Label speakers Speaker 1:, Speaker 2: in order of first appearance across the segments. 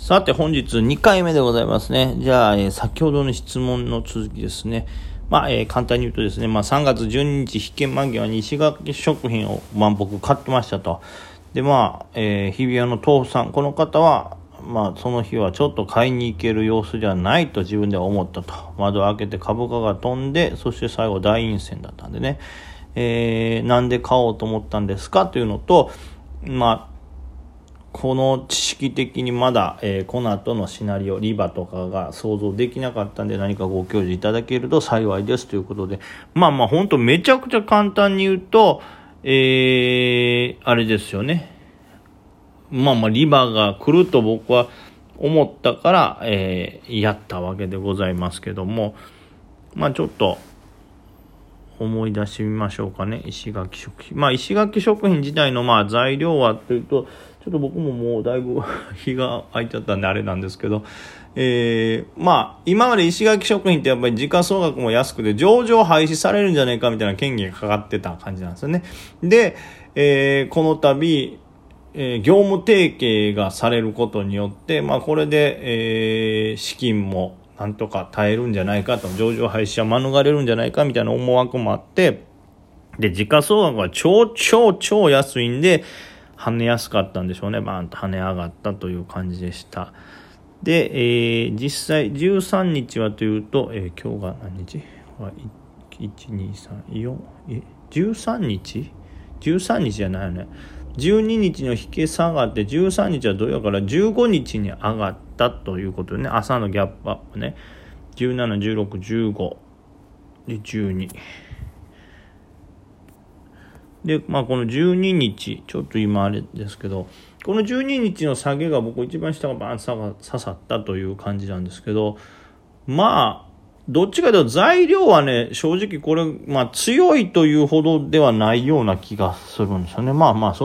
Speaker 1: さて本日2回目でございますね。じゃあ、先ほどの質問の続きですね。簡単に言うとですね、3月12日引け間際に石垣食品を僕買ってましたと。で、日比谷の豆腐さん、この方は、その日はちょっと買いに行ける様子じゃないと自分では思ったと。窓を開けて株価が飛んで、そして最後大陰線だったんでね。なんで買おうと思ったんですかというのと、この知識的にまだ、この後のシナリオリバとかが想像できなかったんで何かご教示いただけると幸いですということで、本当めちゃくちゃ簡単に言うと、あれですよね。リバが来ると僕は思ったから、やったわけでございますけども、ちょっと思い出してみましょうかね。石垣食品。石垣食品自体の材料はというと、ちょっと僕ももうだいぶ日が空いちゃったんであれなんですけど、今まで石垣食品ってやっぱり時価総額も安くて上場廃止されるんじゃないかみたいな権限がかかってた感じなんですよね。で、この度、業務提携がされることによって、これで、資金もなんとか耐えるんじゃないかと、上場廃止は免れるんじゃないかみたいな思惑もあって、で、時価総額は超安いんで、跳ねやすかったんでしょうね。バーンと跳ね上がったという感じでした。で、実際13日はというと、今日が何日 ?1、2、3、4、13日 ?13 日じゃないよね。12日の引け下がって13日は土曜から15日に上がったということでね、朝のギャップアップね。17、16、15で12。で、この12日、ちょっと今あれですけど、この12日の下げが僕一番下がバーンと刺さったという感じなんですけど、どっちかというと材料はね、正直これ、強いというほどではないような気がするんですよね。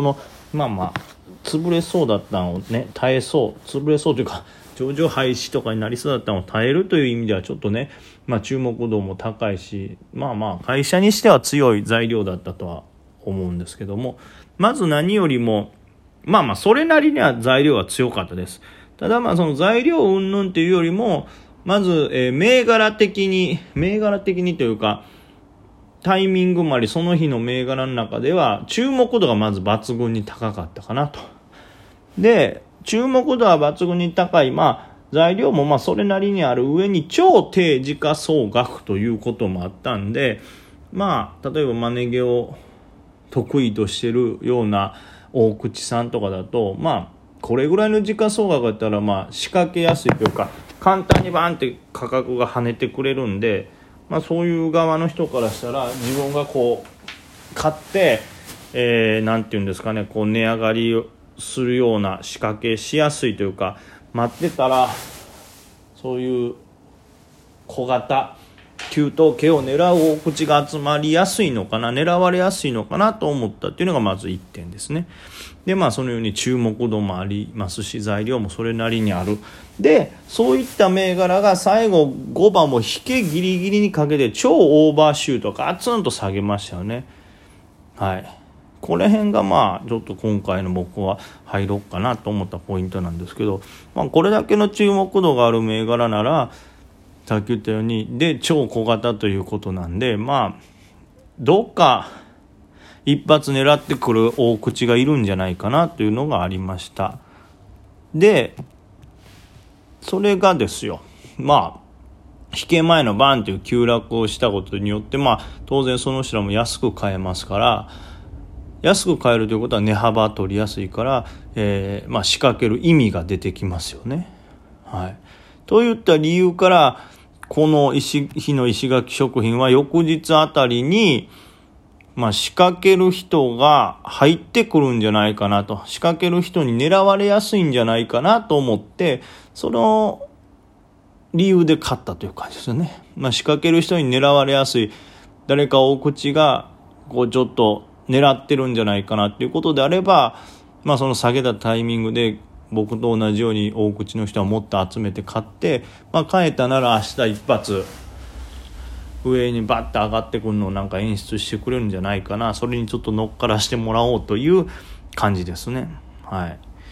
Speaker 1: 潰れそうだったのをね、耐えそう、潰れそうというか、上場廃止とかになりそうだったのを耐えるという意味ではちょっとね、注目度も高いし、会社にしては強い材料だったとは思うんですけども、まず何よりもそれなりには材料は強かったです。ただその材料云々っていうよりもまず、銘柄的にというかタイミングもあり、その日の銘柄の中では注目度がまず抜群に高かったかなと。で、注目度は抜群に高い、材料もそれなりにある上に超低時価総額ということもあったんで、例えばマネ毛を得意としてるような大口さんとかだとこれぐらいの時価総額だったら仕掛けやすいというか簡単にバーンって価格が跳ねてくれるんで、そういう側の人からしたら自分がこう買ってなんていうんですかね、こう値上がりするような仕掛けしやすいというか、待ってたらそういう小型給湯系を狙う大口が集まりやすいのかな、狙われやすいのかなと思ったっていうのがまず1点ですね。でそのように注目度もありますし材料もそれなりにある。でそういった銘柄が最後5番も引けギリギリにかけて超オーバーシュートガツンと下げましたよね。この辺がちょっと今回の僕は入ろうかなと思ったポイントなんですけど、これだけの注目度がある銘柄ならさっき言ったようにで超小型ということなんで、どっか一発狙ってくる大口がいるんじゃないかなというのがありました。でそれがですよ、引け前のバンという急落をしたことによって当然その人らも安く買えますから、安く買えるということは値幅取りやすいから、仕掛ける意味が出てきますよね。といった理由からこの日の石垣食品は翌日あたりに仕掛ける人が入ってくるんじゃないかなと、仕掛ける人に狙われやすいんじゃないかなと思ってその理由で買ったという感じですよね。仕掛ける人に狙われやすい誰か大口がちょっと狙ってるんじゃないかなっていうことであれば、その下げたタイミングで僕と同じように大口の人はもっと集めて買って、買えたなら明日一発上にバッと上がってくるのを演出してくれるんじゃないかな、それにちょっと乗っからしてもらおうという感じですね。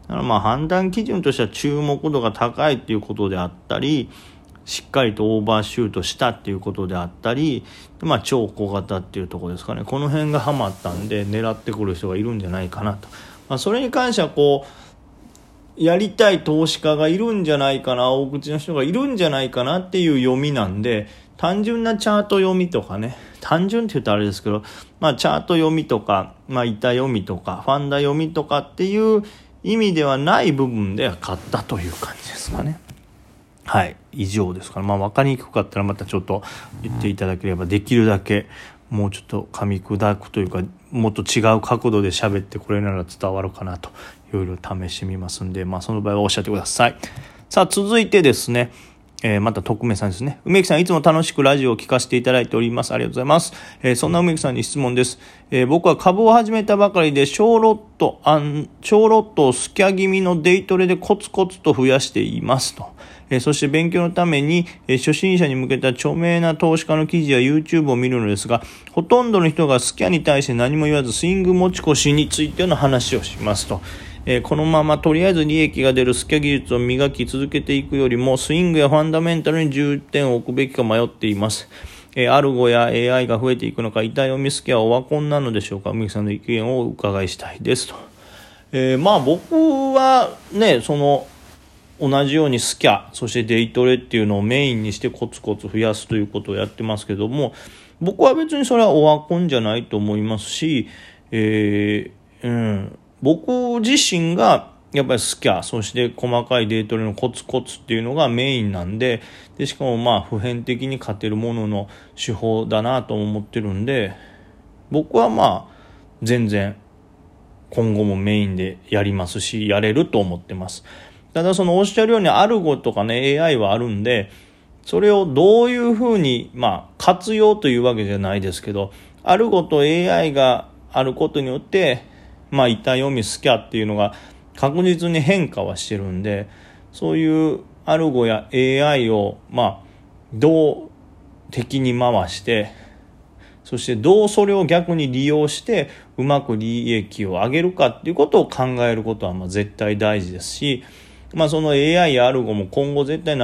Speaker 1: だから判断基準としては注目度が高いっていうことであったり、しっかりとオーバーシュートしたっていうことであったり、超小型っていうところですかね。この辺がハマったんで狙ってくる人がいるんじゃないかなと。それに関してはやりたい投資家がいるんじゃないかな、大口の人がいるんじゃないかなっていう読みなんで、単純なチャート読みとかね、単純って言うとあれですけど、チャート読みとか、板読みとか、ファンダ読みとかっていう意味ではない部分では買ったという感じですかね。はい、以上ですから、分かりにくかったらまたちょっと言っていただければ、できるだけもうちょっと噛み砕くというか、もっと違う角度で喋ってこれなら伝わるかなと、いろいろ試してみますんで、その場合はおっしゃってください。さあ続いてですね、また匿名さんですね。梅木さん、いつも楽しくラジオを聞かせていただいております。ありがとうございます。そんな梅木さんに質問です。僕は株を始めたばかりで小ロットをスキャ気味のデイトレでコツコツと増やしていますと。そして勉強のために、初心者に向けた著名な投資家の記事や YouTube を見るのですが、ほとんどの人がスキャに対して何も言わずスイング持ち越しについての話をしますと。このままとりあえず利益が出るスキャ技術を磨き続けていくよりもスイングやファンダメンタルに重点を置くべきか迷っています。アルゴや AI が増えていくのか、板読みスキャはオワコンなのでしょうか。梅木さんの意見をお伺いしたいですと。僕はね、同じようにスキャ、そしてデイトレっていうのをメインにしてコツコツ増やすということをやってますけども、僕は別にそれはオワコンじゃないと思いますし、僕自身がやっぱりスキャ、そして細かいデイトレのコツコツっていうのがメインなんで、しかも普遍的に勝てるものの手法だなと思ってるんで、僕は全然今後もメインでやりますし、やれると思ってます。ただおっしゃるようにアルゴとかね、 AI はあるんで、それをどういうふうに活用というわけじゃないですけど、アルゴと AI があることによって板読みスキャっていうのが確実に変化はしてるんで、そういうアルゴや AI をどう敵に回して、そしてどうそれを逆に利用してうまく利益を上げるかっていうことを考えることは絶対大事ですし、その AI やアルゴも今後絶対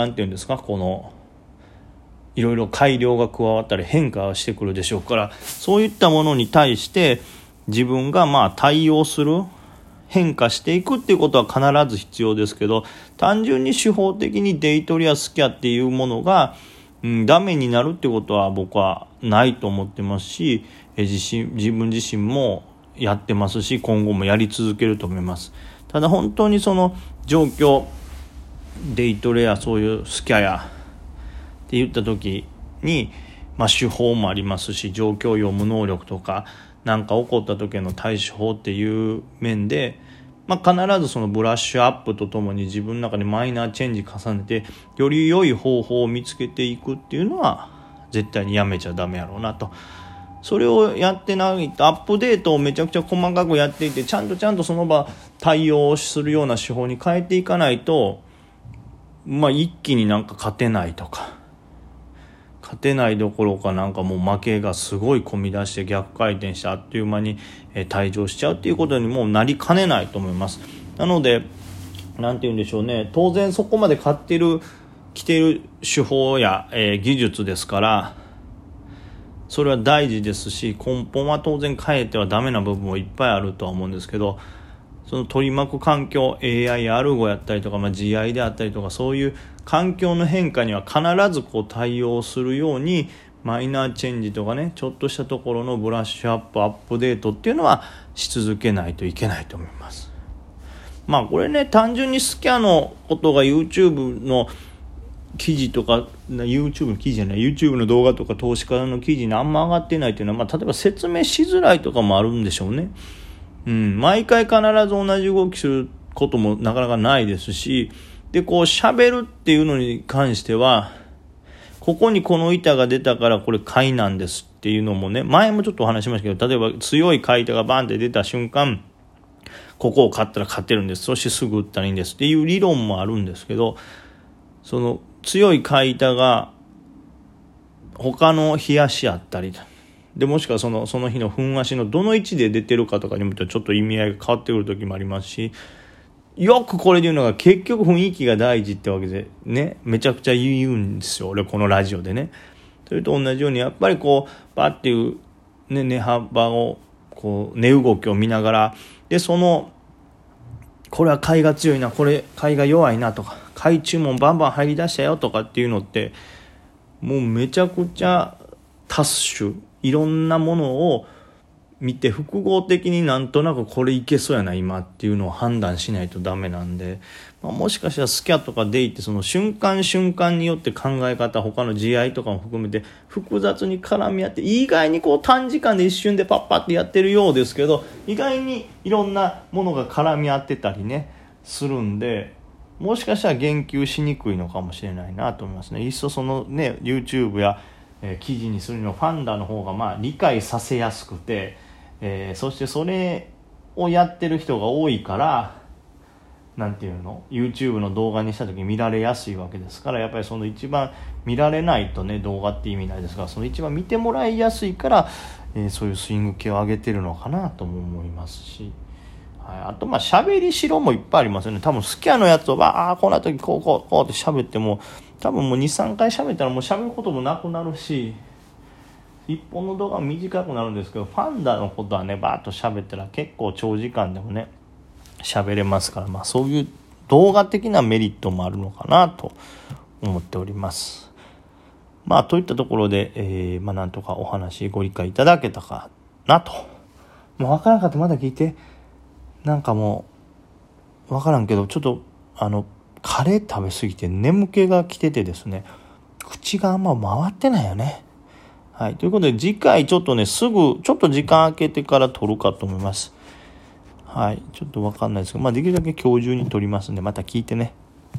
Speaker 1: いろいろ改良が加わったり変化してくるでしょうから、そういったものに対して自分が対応する、変化していくっていうことは必ず必要ですけど、単純に手法的にデイトレやスキャっていうものが、ダメになるってことは僕はないと思ってますし、自分自身もやってますし、今後もやり続けると思います。ただ本当にその状況、デイトレやそういうスキャやって言った時に、手法もありますし、状況を読む能力とか、何か起こった時の対処法っていう面で、必ずそのブラッシュアップとともに自分の中でマイナーチェンジ重ねて、より良い方法を見つけていくっていうのは絶対にやめちゃダメやろうなと。それをやってないと、アップデートをめちゃくちゃ細かくやっていて、ちゃんとその場対応するような手法に変えていかないと、一気に勝てないとか、勝てないどころかもう負けがすごい込み出して逆回転してあっという間に退場しちゃうっていうことにもなりかねないと思います。なのでなんて言うんでしょうね、当然そこまで来てる手法や、技術ですから、それは大事ですし、根本は当然変えてはダメな部分もいっぱいあるとは思うんですけど、その取り巻く環境、 AI やアルゴやったりとか、GI であったりとか、そういう環境の変化には必ず対応するように、マイナーチェンジとかね、ちょっとしたところのブラッシュアップ、アップデートっていうのはし続けないといけないと思います。これね、単純にスキャのことが YouTube の記事とか、YouTube の記事じゃない、YouTube の動画とか投資家の記事にあんま上がってないっていうのは、例えば説明しづらいとかもあるんでしょうね。毎回必ず同じ動きすることもなかなかないですし、で喋るっていうのに関しては、ここにこの板が出たからこれ買いなんですっていうのもね、前もちょっとお話しましたけど、例えば強い買い板がバンって出た瞬間、ここを買ったら勝てるんです、そしてすぐ売ったらいいんですっていう理論もあるんですけど、その強い買い板が他の冷やしあったりで、もしくはその日の分足のどの位置で出てるかとかにもちょっと意味合いが変わってくる時もありますし、 よくこれで言うのが結局雰囲気が大事ってわけでね、めちゃくちゃ言うんですよ、俺このラジオでね。それと同じようにやっぱりこうバッていう、ね、値幅をこう値動きを見ながら、でそのこれは買いが強いな、これ買いが弱いなとか、買い注文バンバン入り出したよとかっていうのって、もうめちゃくちゃ多種いろんなものを見て複合的になんとなくこれいけそうやな今っていうのを判断しないとダメなんで、もしかしたらスキャとかデイってその瞬間瞬間によって考え方、他の地合いとかも含めて複雑に絡み合って、意外にこう短時間で一瞬でパッパってやってるようですけど、意外にいろんなものが絡み合ってたりねするんで、もしかしたら言及しにくいのかもしれないなと思いますね。いっそそのね YouTube や、記事にするのファンダの方が理解させやすくて、そしてそれをやってる人が多いから、なんていうの YouTube の動画にした時に見られやすいわけですから、やっぱりその一番見られないとね動画って意味ないですから、その一番見てもらいやすいから、そういうスイング系を上げてるのかなとも思いますし、はい、あと喋りしろもいっぱいありますよね。多分スキャのやつをこんな時こうって喋っても、多分もう 2,3 回喋ったらもう喋ることもなくなるし、一本の動画は短くなるんですけど、ファンダのことはねバーッと喋ったら結構長時間でもね喋れますから、そういう動画的なメリットもあるのかなと思っております。といったところで、なんとかお話ご理解いただけたかなと。分からなかったらまだ聞いて。なんかもう分からんけど、ちょっとカレー食べ過ぎて眠気が来ててですね、口があんま回ってないよね。はい、ということで次回ちょっとねちょっと時間空けてから撮るかと思います。はい、ちょっと分かんないですけど、できるだけ今日中に撮りますんで、また聞いてね。